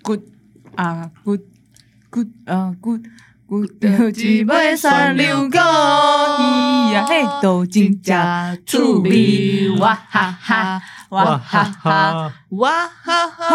good 啊 good good 啊 good good 就只要三两个伊呀嘿都真正趣味哇哈哈哇哈哈哇哈哈！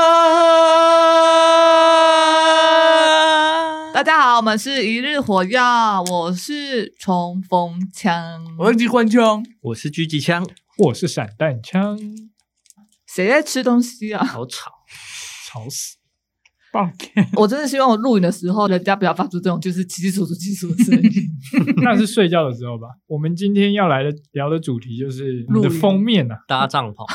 大家好，我们是一日火药，我是冲锋枪， 我是机关枪， 我是狙击枪， 我是散弹枪。 谁在吃东西啊？ 好吵， 吵死！抱歉， 我真的希望我录影的时候，人家不要发出这种就是稀稀疏疏的声音。 那是睡觉的时候吧。我们今天要来聊的主题就是我们的封面啊， 搭帐篷。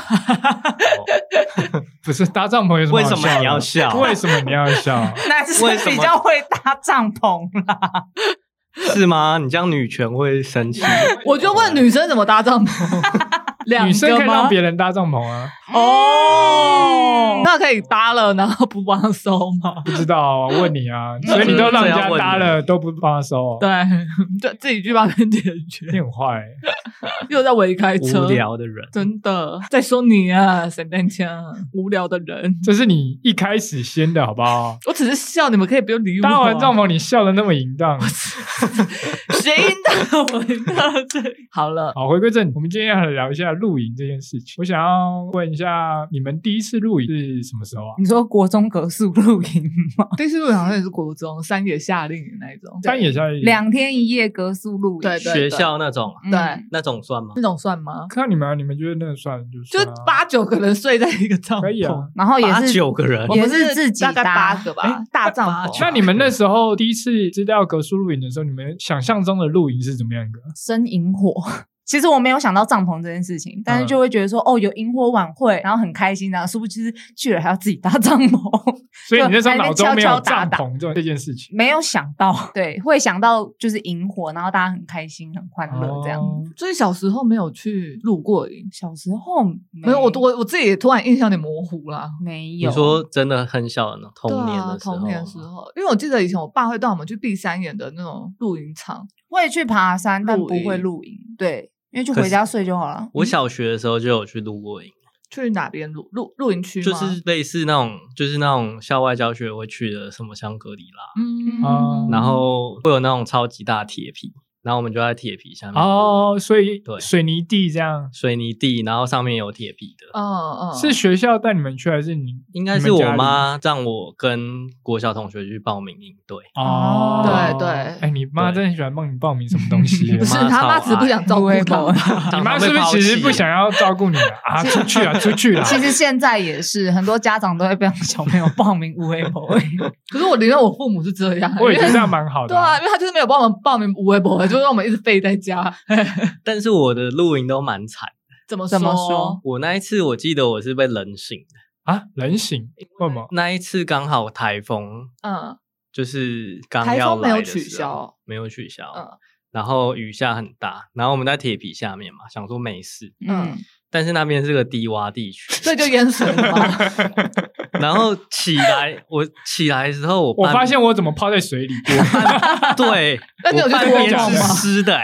不是搭帐篷有什么好笑的？ 为什么你要笑？ 为什么你要笑？ 那是比较会搭帐篷啦。 是吗？你这样女权会生气？ 我就问女生怎么搭帐篷。 女生可以让别人搭帐篷啊。 哦，那可以搭了，然后不帮他收吗？ 不知道啊，我问你啊，所以你都让人家搭了都不帮他收。 对，就自己去帮人解决。 你很坏， 又在围开车， 无聊的人， 真的在说你啊，散弹枪，无聊的人。 这是你一开始先的好不好？ 我只是笑，你们可以不用理我。 搭完帐篷你笑得那么淫荡， 谁淫荡我淫荡这里？好了， 好，回归正题，我们今天要聊一下露营这件事情。我想要问一下，你们第一次露营是什么时候啊？ 你说国中格宿露营吗？ 第一次露营好像也是国中山野夏令营那一种， 山野夏令营 2天1夜格宿露营， 对学校那种， 对， 那种算吗？ 那种算吗？ 看你们啊，你们觉得那个算就算啊 8-9个人睡在一个帐篷， 可以啊。 然后也是 8-9个人， 也是自己大概搭 8个吧，大帐篷。 那你们那时候第一次知道格宿露营的时候，你们想象中的露营是怎么样的？ 生萤火。其实我没有想到帐篷这件事情，但是就会觉得说，哦，有萤火晚会，然后很开心，然后殊不知去了还要自己搭帐篷， 所以你那时候脑中没有帐打篷这件事情， 没有想到，对，会想到就是萤火，然后大家很开心、很欢乐这样。 所以小时候没有去露过营， 小时候没有，我自己也突然印象有点模糊啦。 没有。 你说真的很小的童年的时候， 童年的时候，因为我记得以前我爸会带我们去碧山岩的那种露营场， 会去爬山，但不会露营，对。因为就回家睡就好了。 我小学的时候就有去露过营， 去哪边露营区吗？ 就是类似那种，就是那种校外教学会去的什么香格里拉，然后会有那种超级大铁皮，然后我们就在铁皮下面所以对水泥地这样， 水泥地，然后上面有铁皮的。 是学校带你们去还是你？ 应该是我妈让我跟国小同学去报名营队。 对对。 哎，你妈真的很喜欢帮你报名什么东西？ 不是，他妈只是不想照顾你。 你妈是不是其实不想要照顾你啊？出去啊，出去啊！ 其实现在也是，很多家长都会帮小朋友报名无为博位。 可是我宁愿我父母是这样， 我也觉得这样蛮好的。 对啊，因为他就是没有帮我们报名无为博位，就让我们一直废在家。 但是我的露营都蛮惨的。 怎么说？ 我那一次我记得我是被冷醒的啊，冷醒？为什么？ 那一次刚好台风，就是刚要来的时候， 台风没有取消， 没有取消，然后雨下很大，然后我们在铁皮下面嘛，想说没事，但是那边是个低洼地区， 所以就淹水了嘛。 然后我起来的时候， 我发现我怎么泡在水里？ 对， 那你有去半边是吗？ 湿的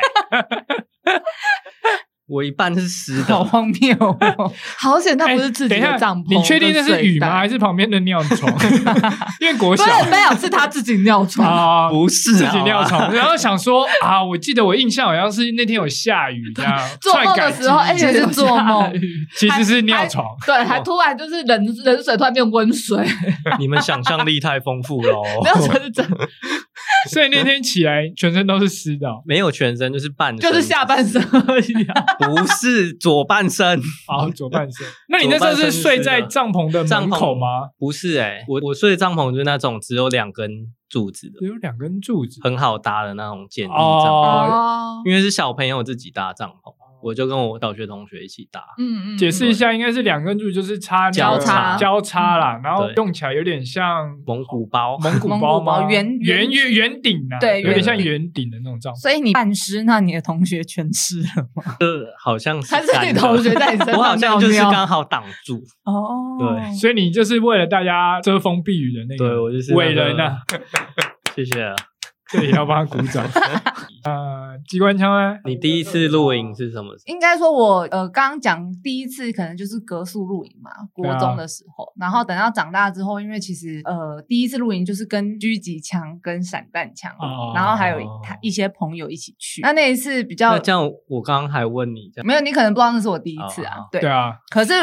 我一半是湿的， 好荒谬哦！ 好险，它不是自己的帐篷。 你确定那是雨吗？还是旁边的尿床？因为国小没有，是他自己尿床啊， 不是自己尿床。然后想说啊，我记得我印象好像是那天有下雨，这样做梦的时候， 其实是做梦， 其实是尿床。 对，还突然就是冷水突然变温水。 你们想象力太丰富了哦。 没有，这是真的。 所以那天起来全身都是湿的， 没有全身，就是半身， 就是下半身而已啊。 不是左半身， 左半身。那你那时候是睡在帐篷的门口吗？ 不是我睡的帐篷就是那种只有2根柱子的， 只有2根柱子， 很好搭的那种简易帐篷。因为是小朋友自己搭帐篷。我就跟我小学同学一起搭。 解释一下，应该是2根柱就是交叉啦，然后用起来有点像蒙古包吗？圆顶啊， 对， 有点像圆顶的那种帐篷。 所以你半湿，那你的同学全湿了吗？ 好像是， 还是你同学在你身上？ 我好像就是刚好挡住。对， 所以你就是为了大家遮风避雨的那个， 对我就是伟人啊！ 谢谢啊。 这里要帮他鼓掌。机关枪呢？ 你第一次露营是什么？ 应该说我刚刚讲第一次可能就是隔宿露营嘛，国中的时候，然后等到长大之后，因为其实第一次露营就是跟狙击枪跟散弹枪，然后还有一些朋友一起去。那一次比较， 那这样我刚刚还问你这样， 没有，你可能不知道那是我第一次啊。对啊， 可是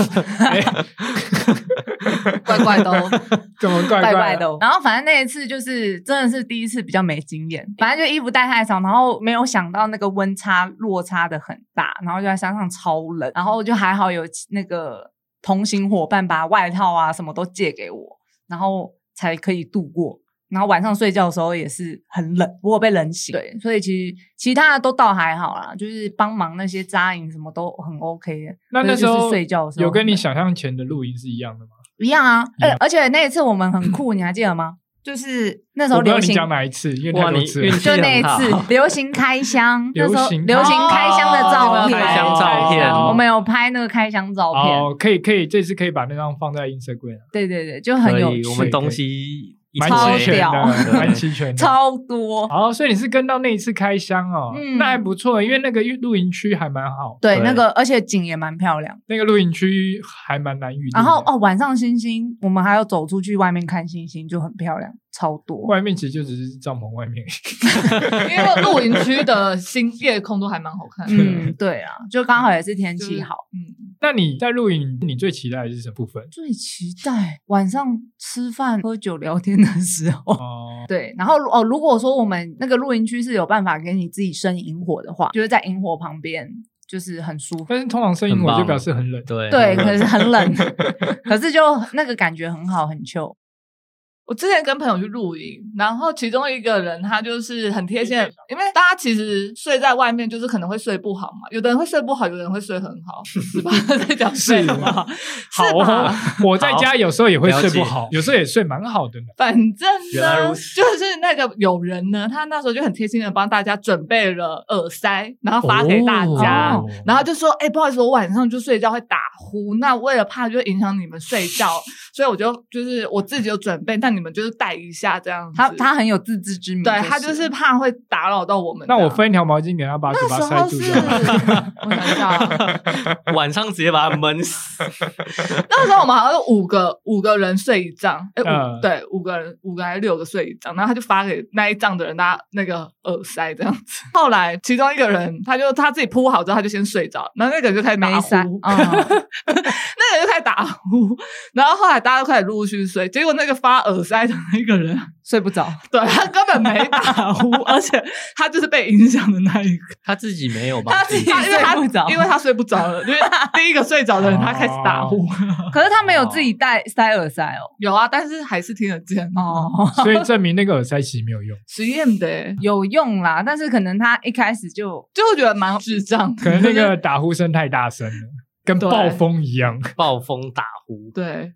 怪怪的哦， 怎么怪怪的？然后反正那一次就是真的是第一次比较没经验，反正就衣服带太少，然后没有想到那个温差落差的很大，然后就在山上超冷，然后就还好有那个同行伙伴把外套啊什么都借给我，然后才可以度过。然后晚上睡觉的时候也是很冷，不过被冷醒。对，所以其他的都倒还好啦，就是帮忙那些扎营什么都很 OK 的。 那时候睡觉的时候有跟你想象前的露营是一样的吗？ 一样啊，而且那一次我们很酷，你还记得吗？就是那时候流行， 我不知道你讲哪一次，因为太多次了。 就那一次流行开箱，那时候流行开箱的照片， 开箱照片， 我们有拍那个开箱照片。 哦，可以，这次可以把那张放在 Instagram。 对，就很有趣。 我们东西蛮齐全的，蛮齐全的， 超多。 所以你是跟到那一次开箱哦，那还不错，因为那个露营区还蛮好。 对，那个而且景也蛮漂亮， 那个露营区还蛮难预定。 然后晚上星星，我们还要走出去外面看星星，就很漂亮，超多。 外面其实就只是帐篷外面， 因为露营区的夜空都还蛮好看的。 对啊，就刚好也是天气好。 那你在露营，你最期待的是什么部分？ 最期待晚上吃饭、喝酒、聊天的时候。对，然后如果说我们那个露营区是有办法给你自己生萤火的话，就是在萤火旁边，就是很舒服。 但是通常生萤火就表示很冷， 对，可是很冷，可是就那个感觉很好，很 chill。 我之前跟朋友去露营，然后其中一个人他就是很贴心的，因为大家其实睡在外面就是可能会睡不好嘛，有的人会睡不好，有的人会睡很好，是吧？在讲睡吗？ 好，我在家有时候也会睡不好，有时候也睡蛮好的呢。 反正呢，就是那个有人呢，他那时候就很贴心的帮大家准备了耳塞，然后发给大家，然后就说：“不好意思，我晚上就睡觉会打呼，那为了怕就影响你们睡觉，所以我就是我自己有准备，但你们就是带一下这样子。” 他很有自知之明， 对，他就是怕会打扰到我们。 那我分一条毛巾给他，把嘴巴塞住就好。 我想一下， 晚上直接把他闷死。 那时候我们好像是五个人睡一帐，对，5个还是6个睡一帐，然后他就发给那一帐的人他那个耳塞这样子。后来其中一个人他自己铺好之后他就先睡着，然后那个人就开始打呼，那个人就开始打呼，然后后来大家都开始陆续睡，结果那个发耳塞的那个人睡不着， 对，他根本没打呼，而且他就是被影响的那一个， 他自己没有吧？ 他自己睡不着， 因为他睡不着了，因为第一个睡着的人他开始打呼， 可是他没有自己塞耳塞哦， 有啊，但是还是听得见哦， 所以证明那个耳塞其实没有用， 实验的有用啦，但是可能他一开始就会觉得蛮智障， 可能那个打呼声太大声了，跟暴风一样， 暴风打呼， 对，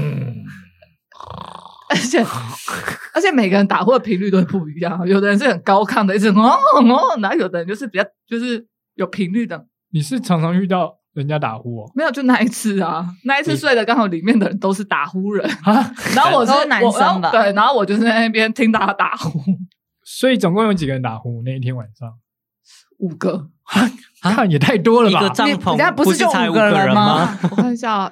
而且每个人打呼的频率都会不一样，有的人是很高亢的，一直然后有的人就是比较就是有频率的。 你是常常遇到人家打呼哦？ 没有，就那一次啊，那一次睡的刚好里面的人都是打呼人然后我是男生吧？ 对，然后我就在那边听他打呼。 所以总共有几个人打呼那一天晚上 ？5个。 看也太多了吧？ 一个帐篷人家不是就才 5个人吗？ 我看一下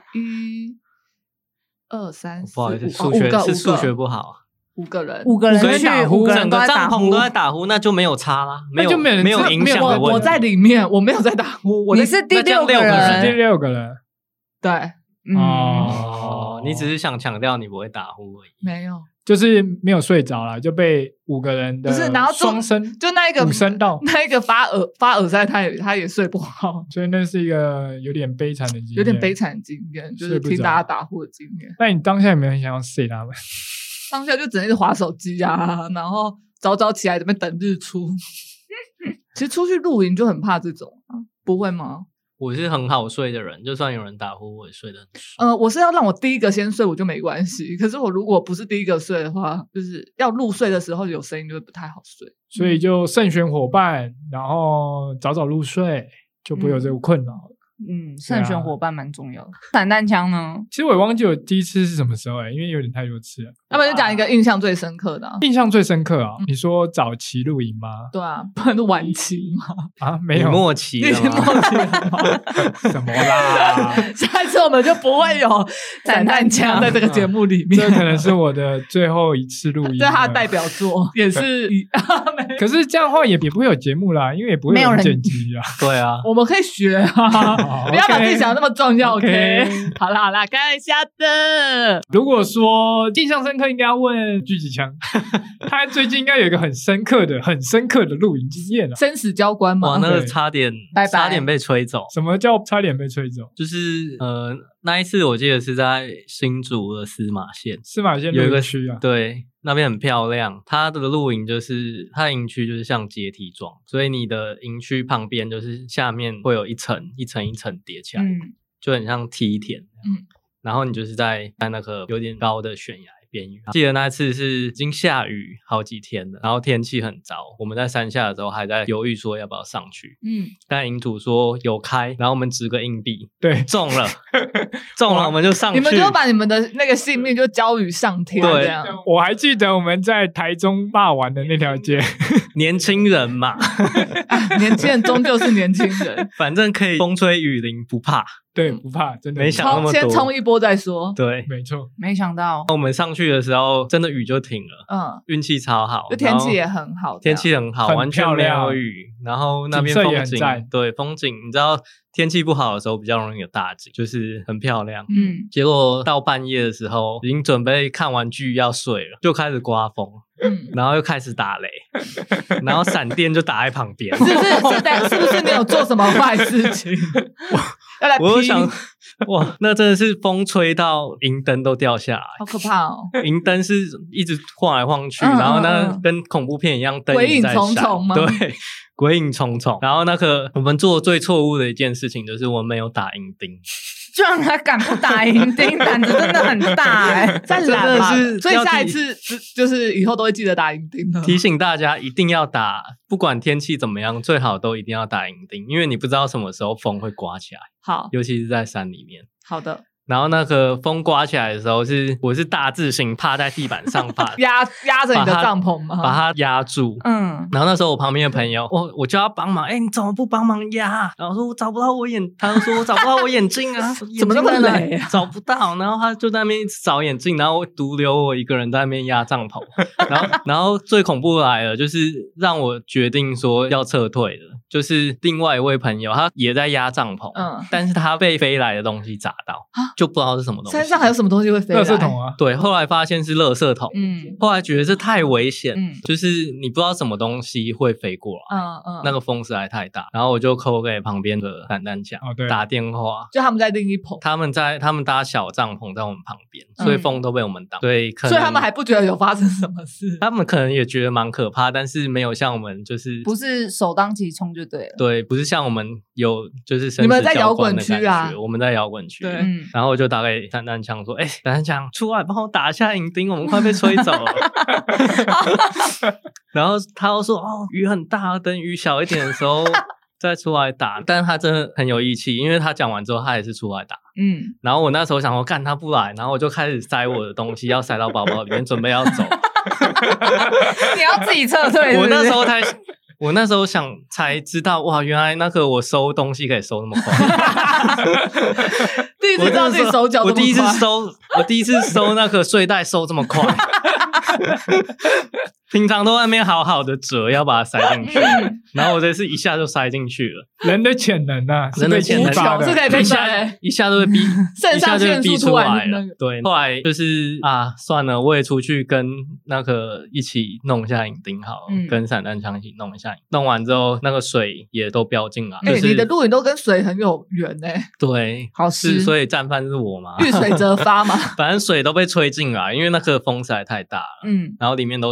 1、2、3、4， 不好意思，数学不好。 5个人 ，5个人去，5个人整个帐篷都在打呼，那就没有差啦，没有影响的问题。 我在里面，我没有在打呼。 你是第6个人， 第6个人， 对， 你只是想强调你不会打呼而已， 没有。 就是没有睡着啦，就被5个人的双声， 就那一个 5声道， 那一个发耳塞，他也睡不好， 所以那是一个有点悲惨的经验， 有点悲惨的经验，就是听大家打呼的经验。 那你当下有没有很想要睡他们？ 当下就只能一直滑手机啊，然后早起来这边等日出。其实出去露营就很怕这种不会吗？ 我是很好睡的人，就算有人打呼，我也睡得很爽。 我是要让我第一个先睡，我就没关系。可是我如果不是第一个睡的话，就是要入睡的时候有声音就会不太好睡。 所以就慎选伙伴，然后早入睡，就不会有这个困扰了。 慎选伙伴蛮重要的。散弹枪呢？ 其实我也忘记我第一次是什么时候因为有点太多次了。 要不然就讲一个印象最深刻的印象最深刻你说早期露营吗？ 对啊，不然是晚期吗？ 没有， 末期了吗？ 已经末期了吗？ 什么啦？ 下一次我们就不会有散弹枪在这个节目里面。 这可能是我的最后一次录音， 这是他的代表作，也是。 可是这样的话也不会有节目啦，因为也不会有人剪辑啊。 对啊， 我们可以学不要把自己想的那么重要。OK， 好啦，开玩笑的。 如果说印象深刻，应该要问狙击枪，他最近应该有一个很深刻的露营经验生死交关嘛。 哇，那个差点被吹走。 什么叫差点被吹走？ 就是那一次我记得是在新竹的司马县有一个区啊， 对，那边很漂亮。它的露营就是它的营区就是像阶梯状，所以你的营区旁边就是下面会有一层一层一层叠起来，就很像梯田。然后你就是在那个有点高的悬崖边缘。记得那一次是已经下雨好几天了，然后天气很糟，我们在山下的时候还在犹豫说要不要上去。但营主说有开，然后我们掷个硬币， 对， 中了我们就上去。 你们就把你们的那个性命就交予上天。 对， 这样。 我还记得我们在台中霸玩的那条街， 年轻人嘛年轻人终究是年轻人， 反正可以风吹雨淋不怕。 对，不怕，真的没想那么多， 先冲一波再说。 对， 没错。 没想到我们上去的时候，真的雨就停了。运气超好， 就天气也很好， 天气很好，完全没有雨。然后那边风景，对，风景，你知道天气不好的时候比较容易有大景，就是很漂亮。结果到半夜的时候，已经准备看完剧要睡了，就开始刮风。然后又开始打雷，然后闪电就打在旁边。 是不是你有做什么坏事情？ 我就想，哇，那真的是风吹到银灯都掉下来， 好可怕哦！ 银灯是一直晃来晃去，然后那跟恐怖片一样，灯鬼影在重重吗？ 对，鬼影重重。然后我们做最错误的一件事情就是我们没有打银钉。 居然还敢不打银钉，胆子真的很大真的是，所以下一次就是以后都会记得打银钉了。 提醒大家一定要打，不管天气怎么样，最好都一定要打银钉，因为你不知道什么时候风会刮起来。 好， 尤其是在山里面。 好的。 然后那个风刮起来的时候，我是大字型趴在地板上压着你的帐篷吗？ 把它压住。然后那时候我旁边的朋友，我叫他帮忙，你怎么不帮忙压？然后说我找不到他就说我找不到我眼镜啊， 怎么那么累啊？ 找不到。然后他就在那边一直找眼镜，然后独留我一个人在那边压帐篷。然后最恐怖的来了，就是让我决定说要撤退的，就是另外一位朋友，他也在压帐篷，但是他被飞来的东西砸到。就不知道是什么东西。 山上还有什么东西会飞来？ 垃圾桶啊。 对，后来发现是垃圾桶。后来觉得这太危险，就是你不知道什么东西会飞过来。那个风实在太大，然后我就call给旁边的散弹枪打电话， 就他们在另一棚， 他们搭小帐篷在我们旁边，所以风都被我们挡。所以他们还不觉得有发生什么事， 他们可能也觉得蛮可怕，但是没有像我们就是不是首当其冲就对了。 对，不是像我们有就是你们在摇滚区啊， 我们在摇滚区。 对， 然后我就打给散弹枪说：“散弹枪出来帮我打一下银钉，我们快被吹走了。”然后他又说：“雨很大，等雨小一点的时候再出来打。”但是他真的很有义气，因为他讲完之后他也是出来打。然后我那时候想说干他不来，然后我就开始塞我的东西，要塞到包包里面，准备要走。 你要自己撤退是不是？ 我那时候才知道，哇，原来那个我收东西可以收那么快。 第一次知道自己手脚这么快。 我第一次收那个睡袋收这么快。平常都外面好好的折，要把它塞进去，然后我这次一下就塞进去了。 人的潜能啊， 人的潜能是可以被一下就被逼， 肾上腺素出来了。 对，后来就是算了，我也出去跟那个一起弄一下银钉好了，跟散弹枪一起弄一下。弄完之后，那个水也都飙进来。 你的露营都跟水很有缘对， 好湿， 所以战犯是我嘛， 遇水则发嘛。 反正水都被吹进来，因为那个风实在太大了，然后里面都湿掉。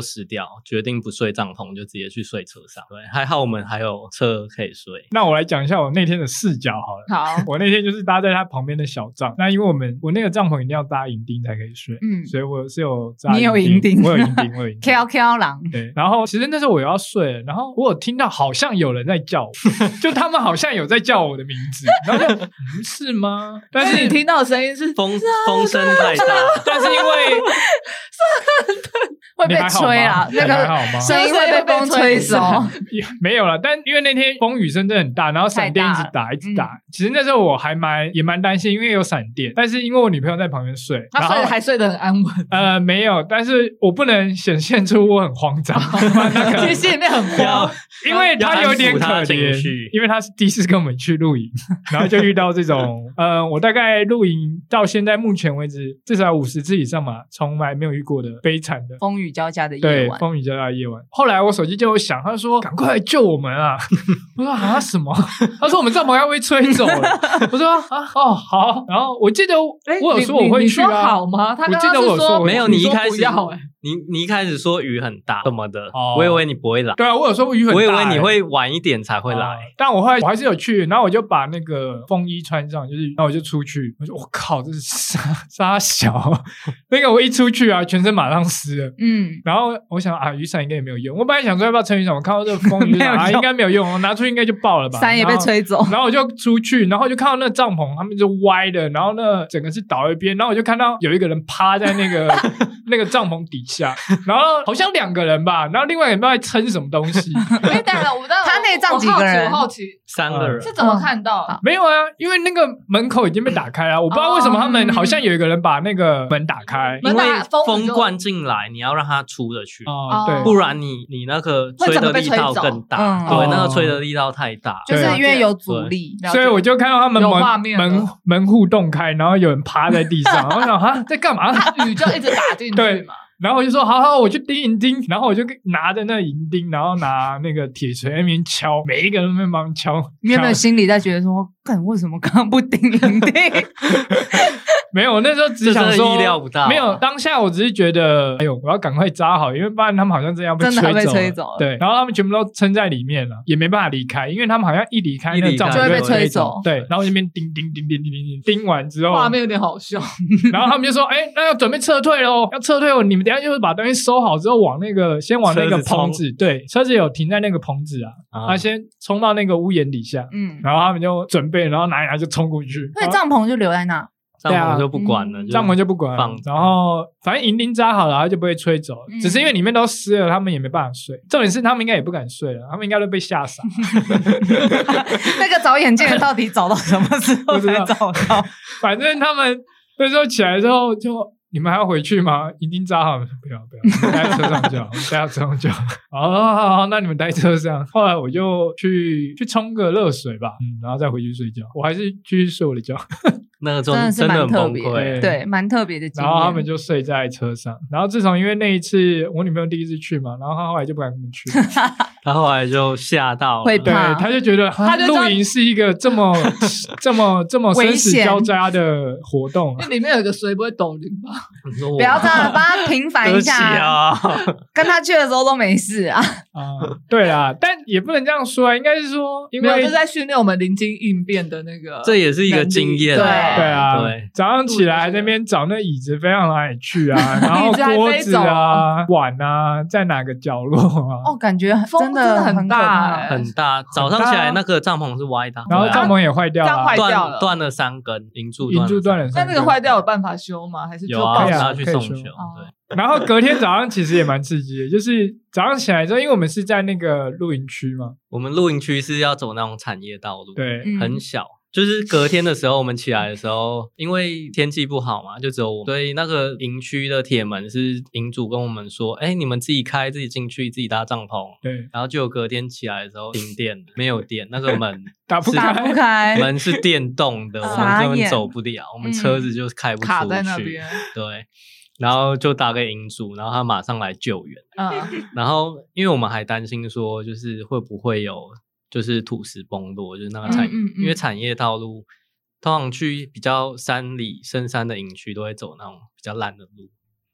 决定不睡帐篷，就直接去睡车上。对，还好我们还有车可以睡。 那我来讲一下我那天的视角好了。 好， 我那天就是搭在他旁边的小帐，那因为我那个帐篷一定要搭营钉才可以睡，所以我是有扎你有营钉， 我有营钉，我有营钉。 Q 狼， 对，然后其实那时候我要睡了，然后我有听到好像有人在叫我，就他们好像有在叫我的名字，然后就是吗？但是你听到的声音是风声太大， 但是因为会被吹啊，那个声音会被风吹走。 没有啦，但因为那天风雨声真的很大，然后闪电一直打一直打。其实那时候我也蛮担心，因为有闪电，但是因为我女朋友在旁边睡， 她还睡得很安稳。 没有，但是我不能显现出我很慌张， 其实心里面很慌， 因为他有点可怜，因为他是第一次跟我们去露营，然后就遇到这种我大概露营到现在目前为止至少50次以上嘛，从来没有遇过的悲惨的风雨交加的夜晚。 对，风雨交加的夜晚。后来我手机就有响，他说赶快来救我们啊！我说啊什么？他说我们帐篷要被吹走了。我说啊哦好，然后我记得我有说我会去啊， 你说好吗？他刚刚是说没有，你一开始不要你一开始说雨很大什么的，我以为你不会来。 对啊，我有说雨很大， 我以为你会晚一点才会来。 但我后来我还是有去，然后我就把那个风衣穿上，然后我就出去。我说我靠，这是沙小，那个我一出去啊，全身马上湿了。然后我想啊，雨伞应该也没有用。我本来想说要不要撑雨伞，我看到这个风雨伞啊，应该没有用，我拿出应该就爆了吧。 伞也被吹走。 然后我就出去，然后就看到那帐篷他们就歪的，然后那整个是倒一边，然后我就看到有一个人趴在那个那个帐篷底下，然后好像2个人吧，然后另外一个人不知道在撑什么东西。 他内帐几个人？ 我好奇 3个人是怎么看到？ 没有啊，因为那个门口已经被打开了，我不知道为什么他们好像有一个人把那个门打开， 因为风灌进来，你要让它出得去， 对， 不然你那个吹的力道更大，对，那个吹的力道太大， 就是因为有阻力， 所以我就看到他们门户洞开，然后有人趴在地上，我想哈在干嘛？ 雨就一直打进去嘛。 然后我就说好，我去钉银钉，然后我就拿着那银钉，然后拿那个铁锤在那边敲，每一个人都在帮忙敲。 你有没有心里在觉得说，干为什么刚刚不钉银钉？ 没有，那时候只想说意料不到， 没有，当下我只是觉得，哎呦，我要赶快扎好，因为不然他们好像真的要被吹走了。对，然后他们全部都撑在里面了，也没办法离开，因为他们好像一离开那帐篷就会被吹走。 对，然后那边钉完之后， 画面有点好笑。 然后他们就说，哎，那要准备撤退咯，要撤退哦，你们等一下就是把东西收好之后，先往那个棚子，对，车子有停在那个棚子啊，先冲到那个屋檐底下，然后他们就准备，然后拿一拿就冲过去， 所以帐篷就留在那。 帐篷就不管了， 帐篷就不管了，然后反正银钉扎好了，它就不会吹走，只是因为里面都湿了，他们也没办法睡。重点是他们应该也不敢睡了，他们应该都被吓傻。 那个找眼镜的到底找到什么时候才找到？ 反正他们那时候起来之后就。你们还要回去吗？银钉扎好了，不要，待在车上就好，待在车上就好。好，那你们待车上。后来我就去冲个热水吧，然后再回去睡觉。我还是继续睡我的觉。 那个真的很崩溃， 对，蛮特别的经验。 然后他们就睡在车上。然后自从因为那一次我女朋友第一次去嘛，然后她后来就不敢跟我们去。 他后来就吓到了， 会怕， 对，他就觉得露营是一个这么生死交加的活动， 那里面有一个水不会抖铃吧？ 不要这样，帮他平反一下。跟他去的时候都没事啊。 对啦，但也不能这样说啊，应该是说，因为这在训练我们临机应变的那个， 这也是一个经验。 对啊，对，早上起来那边找那椅子飞到哪里去啊，然后锅子啊、碗啊在哪个角落啊？ 哦，感觉真的很大， 很大。早上起来那个帐篷是歪的， 然后帐篷也坏掉了， 断了3根，银柱断了3根。 那那个坏掉有办法修吗？还是有啊，要去送修。对。 然后隔天早上其实也蛮刺激的，就是早上起来之后，因为我们是在那个露营区嘛， 我们露营区是要走那种产业道路， 对， 很小。就是隔天的时候，我们起来的时候，因为天气不好嘛，就只有我们，所以那个营区的铁门是营主跟我们说，哎，你们自己开，自己进去，自己搭帐篷。 对， 然后就隔天起来的时候停电，没有电，那个门打不开， 门是电动的，我们根本走不了，我们车子就开不出去， 卡在那边。 对。然后就打给营主，然后他马上来救援。然后因为我们还担心说，就是会不会有就是土石崩落，就是那个因为产业道路通常去比较山里深山的营区都会走那种比较烂的路，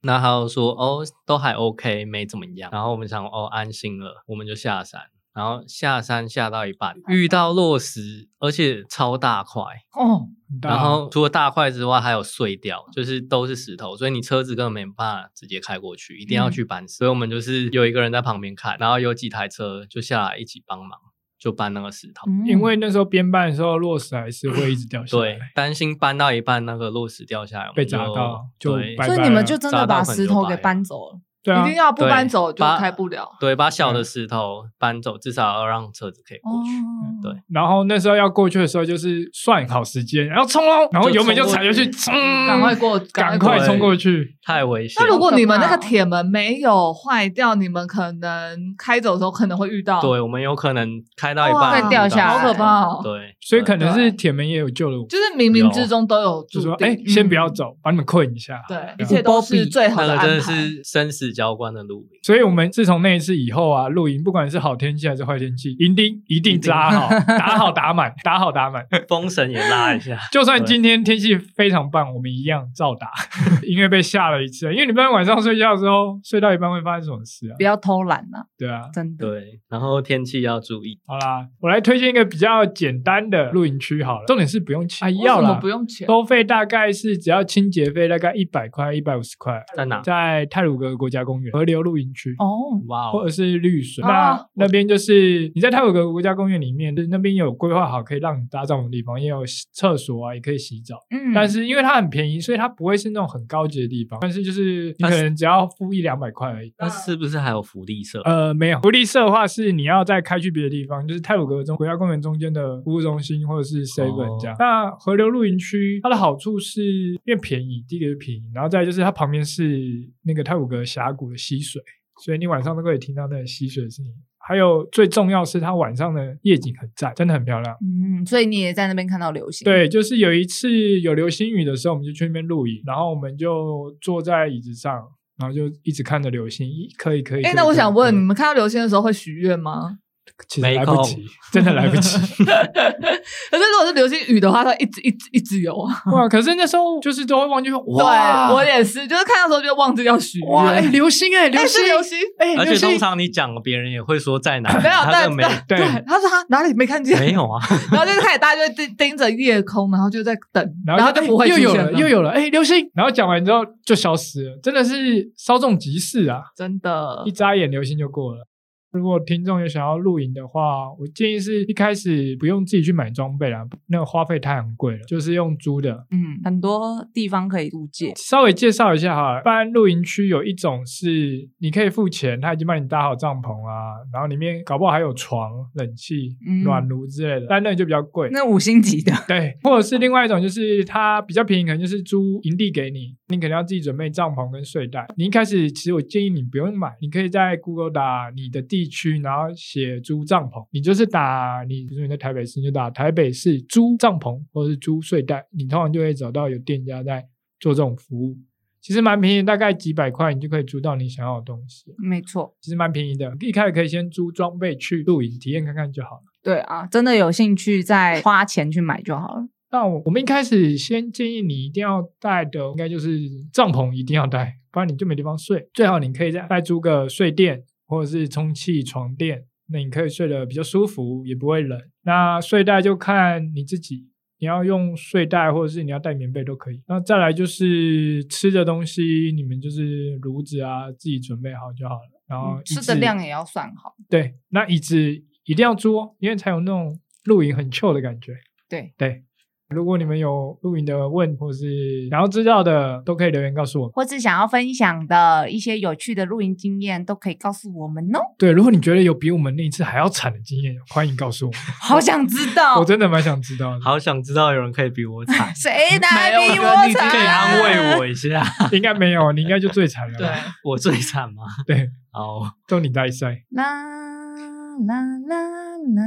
那他就说都还 OK 没怎么样，然后我们想安心了，我们就下山。然后下山下到一半遇到落石，而且超大块然后除了大块之外还有碎掉，就是都是石头，所以你车子根本没办法直接开过去，一定要去搬石。所以我们就是有一个人在旁边看，然后有几台车就下来一起帮忙，就搬那个石头。 因为那时候边搬的时候落石还是会一直掉下来， 对，担心搬到一半那个落石掉下来被砸到，就拜拜了。 所以你们就真的把石头给搬走了。 对啊， 一定要不搬走就开不了。 对，把小的石头搬走，至少要让车子可以过去。对。 然后那时候要过去的时候，就是算好时间，然后冲咯，然后油门就踩下去， 赶快冲过去， 太危险。 那如果你们那个铁门没有坏掉，你们可能开走的时候可能会遇到。 对，我们有可能开到一半会掉下来， 好可怕哦。 对， 所以可能是铁门也有救了我， 就是冥冥之中都有注定， 就说先不要走，把你们困一下。 对，一切都是最好的安排。 那个真的是生死交关的露营。 所以我们自从那一次以后啊，露营不管是好天气还是坏天气，一定扎好，打好打满，打好打满， 风绳也拉一下。 就算今天天气非常棒，我们一样照打，因为被吓了一次。因为你不然晚上睡觉的时候，睡到一半会发生什么事啊？ 不要偷懒啊！ 对啊， 真的。 对，然后天气要注意。 好啦，我来推荐一个比较简单的露营区好了，重点是不用钱，要啦， 不用钱， 收费大概是只要清洁费大概100块、150块。 在哪？ 在太鲁阁国家公园河流露营区。 哇， 或者是绿水，那边就是你在太鲁阁国家公园里面，那边有规划好可以让你搭帐篷的地方，也有厕所啊，也可以洗澡。但是因为它很便宜，所以它不会是那种很高级的地方，但是就是你可能只要付100-200块而已。 那是不是还有福利社？ 没有，福利社的话是你要再开去别的地方，就是太鲁阁国家公园中间的服务中心或者是 7 这样。那河流露营区它的好处是因为便宜，第一个是便宜，然后再就是它旁边是那个太鲁阁峡谷的溪水。所以你晚上都可以听到那个溪水的声音，还有最重要是它晚上的夜景很赞，真的很漂亮。 所以你也在那边看到流星。 对，就是有一次有流星雨的时候，我们就去那边露营，然后我们就坐在椅子上，然后就一直看着流星，可以。 那我想问，你们看到流星的时候会许愿吗？ 其实来不及，真的来不及。可是如果是流星雨的话，它一直有啊。 哇！可是那时候就是都会忘记说， 哇！对，我也是，就是看到时候就忘记要许愿。 哇！流星流星而且通常你讲别人也会说在哪， 没有， 他没对，他说他哪里没看见， 没有啊。 然后就开始大家就盯着夜空，然后就在等，然后就不会出现了， 又有了，流星！然后讲完之后就消失了，真的是稍纵即逝啊！ 真的， 一眨眼流星就过了。如果听众有想要露营的话，我建议是一开始不用自己去买装备啦，那个花费太昂贵了，就是用租的。 很多地方可以租借。 稍微介绍一下哈，一般露营区有一种是你可以付钱，他已经帮你搭好帐篷啊，然后里面搞不好还有床、冷气、暖炉之类的，但那个就比较贵， 那5星级的。 对，或者是另外一种就是它比较便宜，可能就是租营地给你，你可能要自己准备帐篷跟睡袋。你一开始其实我建议你不用买，你可以在 Google 打你的地区，然后写租帐篷，你就是打比如说你在台北市，你就打台北市租帐篷或者是租睡袋，你通常就会找到有店家在做这种服务，其实蛮便宜，大概几百块你就可以租到你想要的东西。 没错， 其实蛮便宜的，一开始可以先租装备去露营体验看看就好了。 对啊，真的有兴趣再花钱去买就好了。 那我们一开始先建议你一定要带的应该就是帐篷一定要带，不然你就没地方睡。最好你可以再租个睡垫或者是充气床垫，那你可以睡得比较舒服，也不会冷。那睡袋就看你自己，你要用睡袋或者是你要带棉被都可以。那再来就是吃的东西，你们就是炉子啊自己准备好就好了，然后吃的量也要算好。 对，那椅子一定要租哦，因为才有那种露营很 chill 的感觉。对，如果你们有露营的问或是想要知道的，都可以留言告诉我们， 或是想要分享的一些有趣的露营经验，都可以告诉我们哦。 对，如果你觉得有比我们那一次还要惨的经验，欢迎告诉我们。 好想知道， 我真的蛮想知道的。 好想知道有人可以比我惨。 谁来比我惨？ 可以安慰我一下。 应该没有，你应该就最惨了。 对， 我最惨吗？ 对， 好， 都你带赛。 啦啦啦啦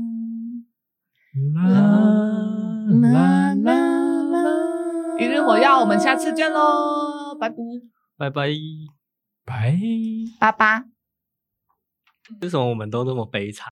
啦啦啦！一日火药，我们下次见喽，拜拜。 爸爸。 为什么我们都那么悲惨？